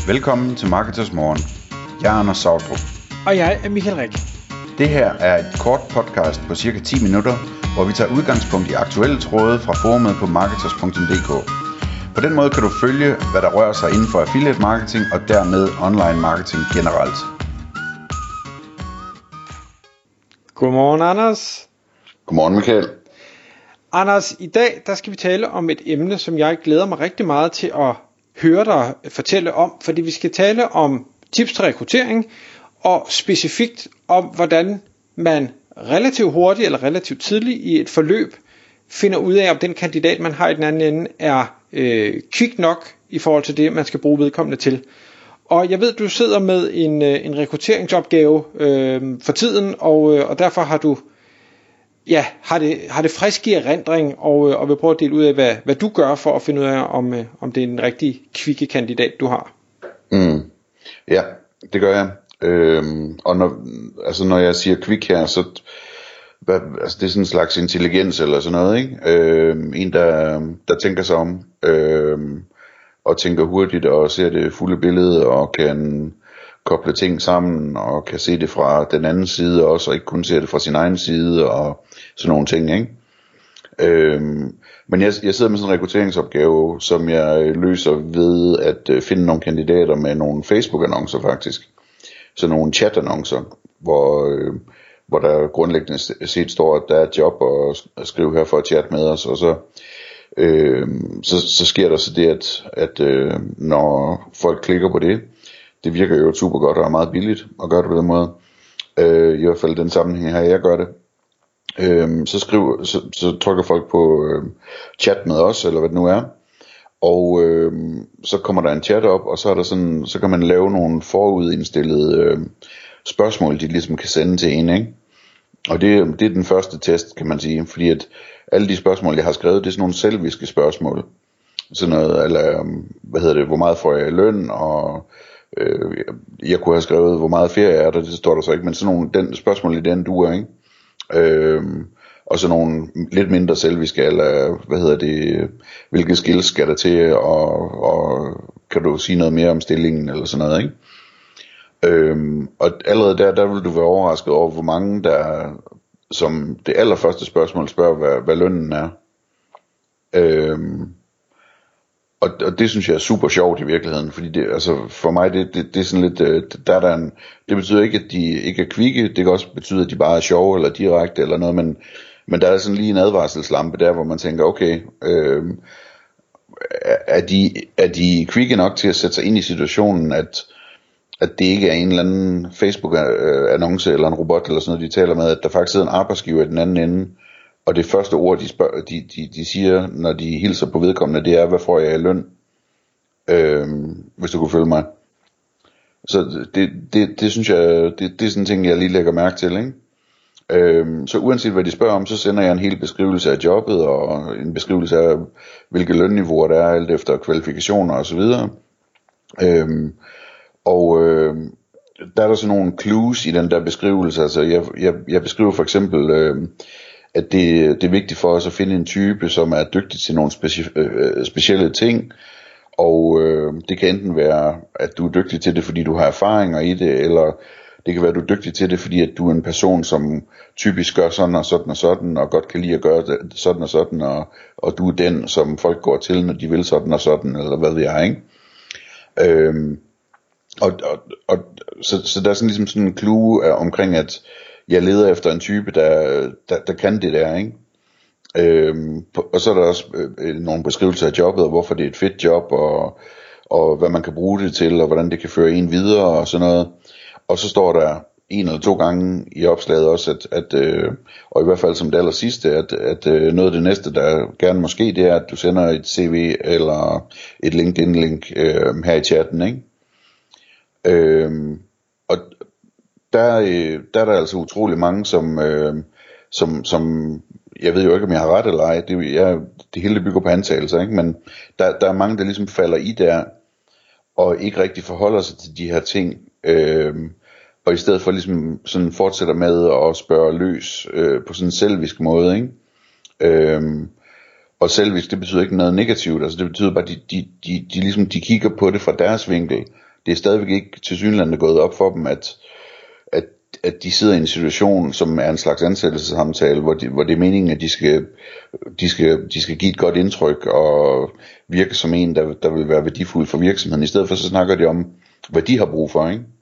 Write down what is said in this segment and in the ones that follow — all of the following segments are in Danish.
Velkommen til Marketers Morgen. Jeg er Anders Sautrup. Og jeg er Michael Rik. Det her er et kort podcast på cirka 10 minutter, hvor vi tager udgangspunkt i aktuelle tråde fra forumet på marketers.dk. På den måde kan du følge, hvad der rører sig inden for affiliate marketing og dermed online marketing generelt. Godmorgen, Anders. Godmorgen, Michael. Anders, i dag der skal vi tale om et emne, som jeg glæder mig rigtig meget til at høre dig fortælle om, fordi vi skal tale om tips til rekruttering, og specifikt om, hvordan man relativt hurtigt eller relativt tidligt i et forløb finder ud af, om den kandidat, man har i den anden ende, er kvik nok i forhold til det, man skal bruge vedkommende til. Og jeg ved, du sidder med en rekrutteringsopgave for tiden, og derfor har du har det frisk i erindring, og vil prøve at dele ud af, hvad du gør for at finde ud af, om det er en rigtig kvikke kandidat, du har. Ja, det gør jeg. Og når jeg siger kvik her, så det er sådan en slags intelligens eller sådan noget, ikke? En der tænker sig om, og tænker hurtigt og ser det fulde billede og kan koble ting sammen og kan se det fra den anden side også, og ikke kun se det fra sin egen side og sådan nogle ting, ikke? Men jeg sidder med sådan en rekrutteringsopgave, som jeg løser ved at finde nogle kandidater med nogle Facebook-annoncer faktisk. Så nogle chat-annoncer, hvor der grundlæggende set står, at der er et job at skrive her for at chatte med os, og så sker der så det, at når folk klikker på det virker jo super godt og er meget billigt at gøre det på den måde. I hvert fald den sammenhæng her, jeg gør det. Så trykker folk på chat med os, eller hvad det nu er. Og så kommer der en chat op, og så er der sådan, så kan man lave nogle forudindstillede spørgsmål, de ligesom kan sende til en, ikke? Og det er den første test, kan man sige, fordi at alle de spørgsmål, jeg har skrevet, det er sådan nogle selviske spørgsmål. Sådan noget, eller hvor meget får jeg i løn, og jeg kunne have skrevet, hvor meget ferie er der, det står der så ikke, men sådan nogle den spørgsmål i den duer, ikke? Og så nogle lidt mindre selviske, eller hvilke skills skal der til, og kan du sige noget mere om stillingen, eller sådan noget, ikke? Og allerede der vil du være overrasket over, hvor mange der, som det allerførste spørgsmål, spørger, hvad lønnen er. Og det synes jeg er super sjovt i virkeligheden, fordi det, altså for mig det er sådan lidt, det betyder ikke, at de ikke er kvikke, det kan også betyde, at de bare er sjove eller direkte eller noget, men der er sådan lige en advarselslampe der, hvor man tænker, okay, er de kvikke nok til at sætte sig ind i situationen, at det ikke er en eller anden Facebook-annonce eller en robot eller sådan noget, de taler med, at der faktisk sidder en arbejdsgiver i den anden ende, og det første ord, de siger, når de hilser på vedkommende, det er, hvad får jeg i løn? Hvis du kunne følge mig. Så det synes jeg, det er sådan en ting, jeg lige lægger mærke til, ikke? Så uanset hvad de spørger om, så sender jeg en hel beskrivelse af jobbet, og en beskrivelse af, hvilke lønniveauer der er, alt efter kvalifikationer og så videre. Der er der sådan nogle clues i den der beskrivelse. Altså jeg beskriver for eksempel, at det er vigtigt for os at finde en type, som er dygtig til nogle specielle ting, og det kan enten være, at du er dygtig til det, fordi du har erfaringer i det, eller det kan være, at du er dygtig til det, fordi at du er en person, som typisk gør sådan og sådan og sådan, og godt kan lide at gøre det, sådan og sådan, og du er den, som folk går til, når de vil sådan og sådan, eller hvad ved jeg, ikke? Så der er sådan ligesom sådan en clue omkring, at jeg leder efter en type, der kan det der, ikke? Og så er der også nogle beskrivelser af jobbet, og hvorfor det er et fedt job, og hvad man kan bruge det til, og hvordan det kan føre en videre, og sådan noget. Og så står der 1 eller 2 gange i opslaget også, at og i hvert fald som det aller sidste, at noget af det næste, der gerne må ske, det er, at du sender et CV eller et LinkedIn-link her i chatten, ikke? Og der er der altså utrolig mange, som jeg ved jo ikke, om jeg har ret eller ej, det hele bygger på antagelser, ikke? Men der er mange, der ligesom falder i der, og ikke rigtig forholder sig til de her ting, og i stedet for ligesom sådan fortsætter med at spørge løs på sådan en selvisk måde, ikke? Og selvisk, det betyder ikke noget negativt, altså det betyder bare, at de kigger på det fra deres vinkel, det er stadigvæk ikke tilsyneladende gået op for dem, at de sidder i en situation, som er en slags ansættelsessamtale, hvor det er meningen, at de skal give et godt indtryk og virke som en, der vil være værdifuld for virksomheden. I stedet for så snakker de om, hvad de har brug for, ikke?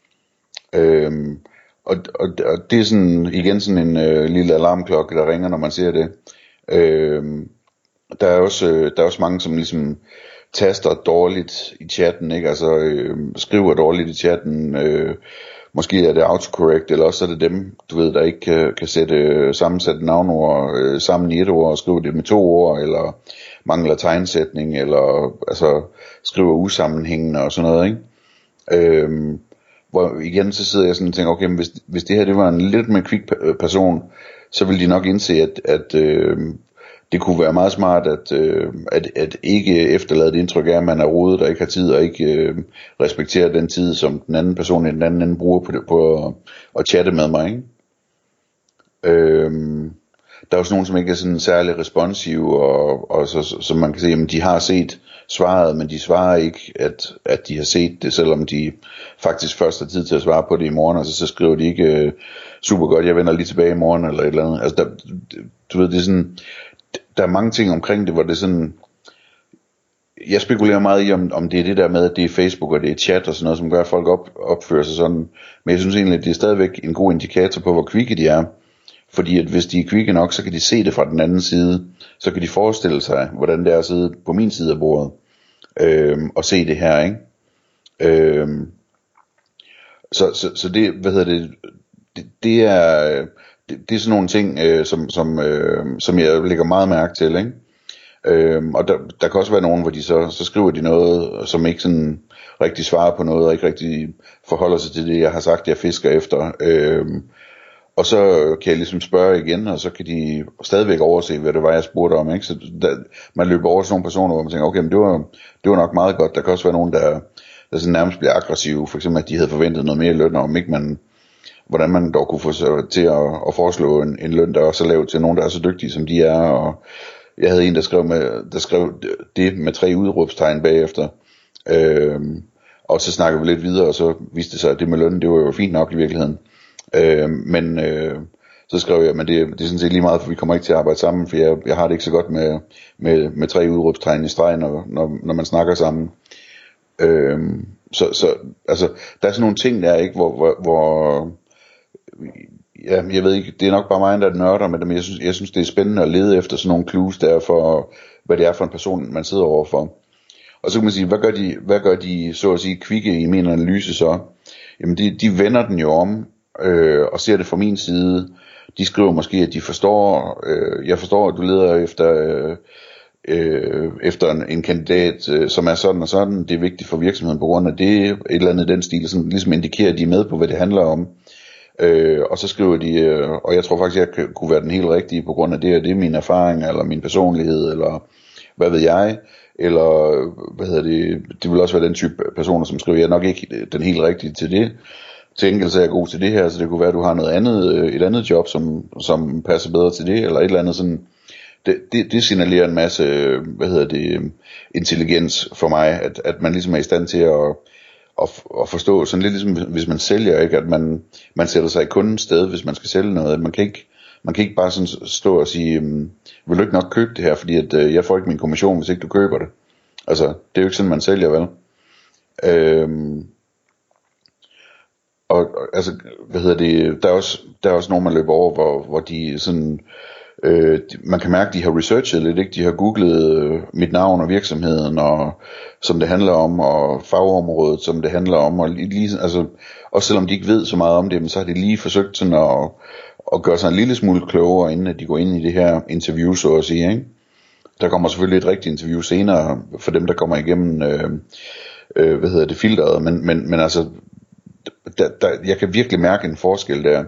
Og det er sådan igen sådan en lille alarmklokke, der ringer, når man ser det. Der er også mange, som ligesom taster dårligt i chatten, ikke? Altså skriver dårligt i chatten. Måske er det autocorrect, eller også er det dem, du ved, der ikke kan sammensætte navnord sammen i et ord, og skrive det med 2 ord, eller mangler tegnsætning, eller altså skriver usammenhængende og sådan noget, ikke? Hvor igen så sidder jeg sådan og tænker, okay, men hvis det her det var en lidt mere kvik person, så ville de nok indse, at det kunne være meget smart, at ikke efterlade det indtryk af, at man er rodet og ikke har tid, og ikke respekterer den tid, som den anden person i den anden ende bruger på at chatte med mig, ikke? Der er også nogen, som ikke er sådan særlig responsive, og så man kan se, at de har set svaret, men de svarer ikke, at de har set det, selvom de faktisk først har tid til at svare på det i morgen, og så skriver de ikke super godt, jeg vender lige tilbage i morgen, eller et eller andet. Altså, du ved, det er sådan, der er mange ting omkring det, hvor det er sådan, jeg spekulerer meget i, om det er det der med, at det er Facebook, og det er chat og sådan noget, som gør, at folk opfører sig sådan. Men jeg synes egentlig, at det er stadigvæk en god indikator på, hvor kvikke de er. Fordi at hvis de er kvikke nok, så kan de se det fra den anden side. Så kan de forestille sig, hvordan det er at sidde på min side af bordet. Og se det her, ikke? Så det, det er sådan nogle ting, som jeg lægger meget mærke til, ikke? Og der kan også være nogen, hvor de så skriver de noget, som ikke sådan rigtig svarer på noget, og ikke rigtig forholder sig til det, jeg har sagt, jeg fisker efter. Og så kan jeg ligesom spørge igen, og så kan de stadigvæk overse, hvad det var, jeg spurgte om, ikke? Så man løber over sådan nogle personer, hvor man tænker, okay, men det var nok meget godt. Der kan også være nogen, der sådan nærmest bliver aggressive, for eksempel at de havde forventet noget mere løn, og om ikke hvordan man dog kunne få sig til at foreslå en løn, der er så lav til nogen, der er så dygtige, som de er. Og jeg havde en, der skrev det med 3 udråbstegn bagefter, og så snakkede vi lidt videre, og så viste det sig, at det med lønnen, det var jo fint nok i virkeligheden. Men så skrev jeg, men det er sådan set lige meget, for vi kommer ikke til at arbejde sammen, for jeg har det ikke så godt med 3 udråbstegn i streg, når man snakker sammen. Så altså, der er sådan nogle ting der, ikke, hvor ja, jeg ved ikke, det er nok bare mig, der nørder med det, men jeg synes det er spændende at lede efter sådan nogle clues der, for hvad det er for en person, man sidder overfor. Og så kan man sige, hvad gør de så at sige kvikke i min analyse så? Jamen de vender den jo om, og ser det fra min side. De skriver måske, at de forstår, jeg forstår, at du leder efter en kandidat, som er sådan og sådan. Det er vigtigt for virksomheden på grund af det, et eller andet den stil, som ligesom indikerer, at de er med på, hvad det handler om. Og så skriver de, og jeg tror faktisk, jeg kunne være den helt rigtige på grund af det, og det er min erfaring, eller min personlighed, eller hvad ved jeg, eller det vil også være den type personer, som skriver, jeg er nok ikke den helt rigtige til det. Til enkelt så er jeg god til det her, så det kunne være, at du har noget andet, et andet job, som passer bedre til det, eller et eller andet sådan. Det signalerer en masse, intelligens for mig, at man ligesom er i stand til at forstå, sådan lidt ligesom hvis man sælger, ikke, at man sætter sig i kundens sted, hvis man skal sælge noget. Man kan ikke bare sådan stå og sige, vil du ikke nok købe det her, fordi at jeg får ikke min kommission, hvis ikke du køber det. Altså, det er jo ikke sådan, man sælger, vel? Og altså, der er også nogen, man løber over, hvor de sådan, man kan mærke, de har researchet lidt, ikke? De har googlet mit navn og virksomheden, og som det handler om, og fagområdet, som det handler om, og lige, altså, også selvom de ikke ved så meget om det, men så har de lige forsøgt sådan at gøre sig en lille smule klogere, inden at de går ind i det her interview, så at sige, ikke? Der kommer selvfølgelig et rigtigt interview senere, for dem, der kommer igennem, filteret, men altså, jeg kan virkelig mærke en forskel der.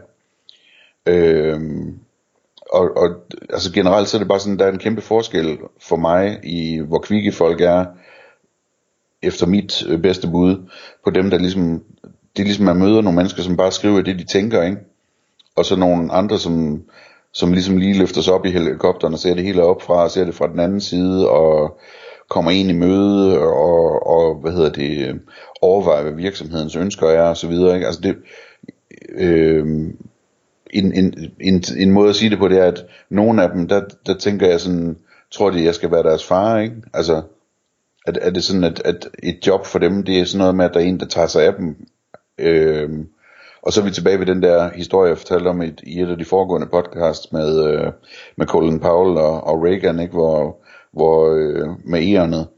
Og altså generelt så er det bare sådan, der er en kæmpe forskel for mig i hvor kvikke folk er, efter mit bedste bud, på dem der ligesom, det er ligesom at møde nogle mennesker, som bare skriver det de tænker, ikke? Og så nogle andre, som ligesom lige løfter sig op i helikopteren og ser det hele op fra, og ser det fra den anden side, og kommer ind i møde, og overveje, hvad virksomhedens ønsker er og så videre, ikke? Altså det, en måde at sige det på, det er, at nogle af dem, der tænker jeg sådan, tror de, jeg skal være deres far, ikke? Altså, er det sådan, at et job for dem, det er sådan noget med, at der er en, der tager sig af dem, og så er vi tilbage ved den der historie, jeg fortalte om i et af de foregående podcasts med Colin Powell og Reagan, ikke? Hvor med egernet,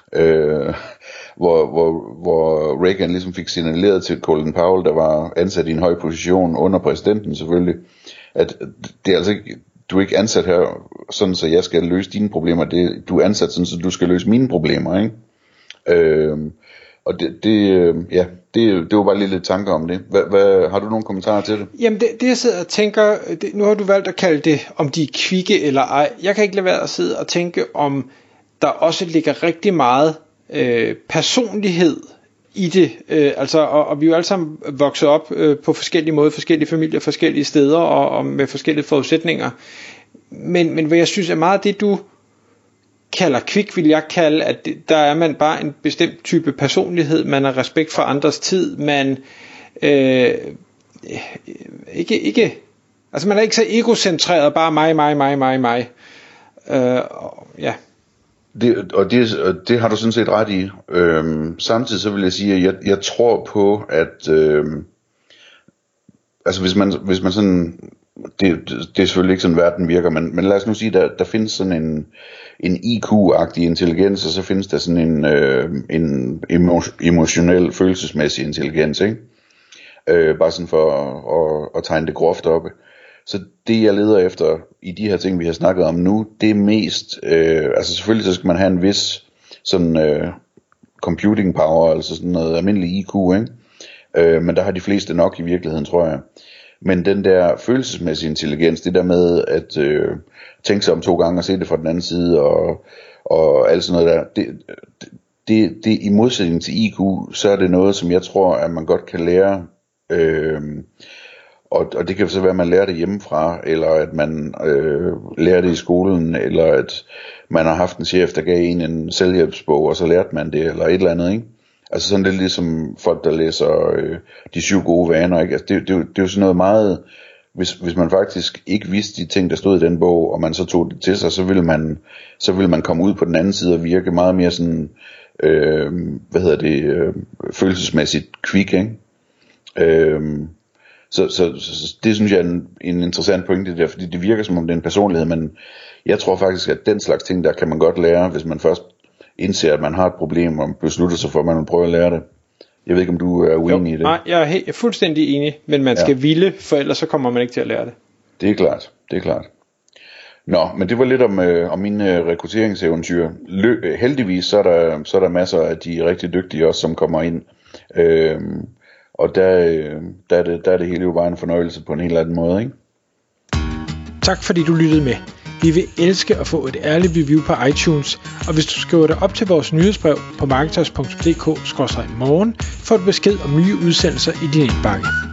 hvor Reagan ligesom fik signaleret til Colin Powell, der var ansat i en høj position under præsidenten selvfølgelig, at det er altså ikke, du er ikke ansat her sådan, så jeg skal løse dine problemer, du er ansat sådan, så du skal løse mine problemer, ikke? Og det var bare lige lidt tanker om det. Hvad har du nogle kommentarer til det? Jamen det jeg sidder og tænker, nu har du valgt at kalde det, om de er kvikke eller ej. Jeg kan ikke lade være at sidde og tænke, om der også ligger rigtig meget personlighed i det. Og vi er jo alle sammen vokset op på forskellige måder, forskellige familier, forskellige steder og med forskellige forudsætninger. Men hvad jeg synes er meget det, du kalder kvik, vil jeg kalde, at der er man bare en bestemt type personlighed, man har respekt for andres tid, man ikke altså man er ikke så egocentreret, bare mig. Ja. Det har du sådan set ret i. Samtidig så vil jeg sige, at jeg tror på, at altså hvis man sådan, det er selvfølgelig ikke sådan verden virker, men lad os nu sige, der findes sådan en IQ-agtig intelligens, og så findes der sådan en emotionel, følelsesmæssig intelligens, ikke? Bare sådan for at tegne det groft op. Så det jeg leder efter i de her ting vi har snakket om nu, det er mest, altså selvfølgelig så skal man have en vis sådan computing power, altså sådan noget almindelig IQ, ikke? Men der har de fleste nok i virkeligheden, tror jeg. Men den der følelsesmæssige intelligens, det der med at tænke sig om 2 gange og se det fra den anden side og alt sådan noget der, det i modsætning til IQ, så er det noget som jeg tror at man godt kan lære, og det kan så være at man lærer det hjemmefra, eller at man lærer det i skolen, eller at man har haft en chef der gav en selvhjælpsbog og så lærte man det, eller et eller andet, ikke? Altså sådan lidt ligesom folk der læser de 7 gode vaner, ikke? Altså det er jo sådan noget meget, hvis man faktisk ikke vidste de ting der stod i den bog, og man så tog det til sig, så ville man komme ud på den anden side og virke meget mere sådan følelsesmæssigt kvik, ikke? Så det synes jeg er en interessant pointe der, fordi det virker som om det er en personlighed, men jeg tror faktisk at den slags ting der kan man godt lære, hvis man først indser at man har et problem og beslutter sig for at man vil prøve at lære det. Jeg ved ikke om du er uenig i det. Nej, jeg er fuldstændig enig, men man skal ville, for ellers så kommer man ikke til at lære det. Det er klart. Nå, men det var lidt om mine rekrutteringseventyr. Heldigvis så er der masser af de rigtig dygtige også, som kommer ind. Og der er det hele jo bare en fornøjelse på en helt anden måde, ikke? Tak fordi du lyttede med. Vi vil elske at få et ærligt review på iTunes, og hvis du skriver dig op til vores nyhedsbrev på marketers.dk/morgen, får du besked om nye udsendelser i din indbakke.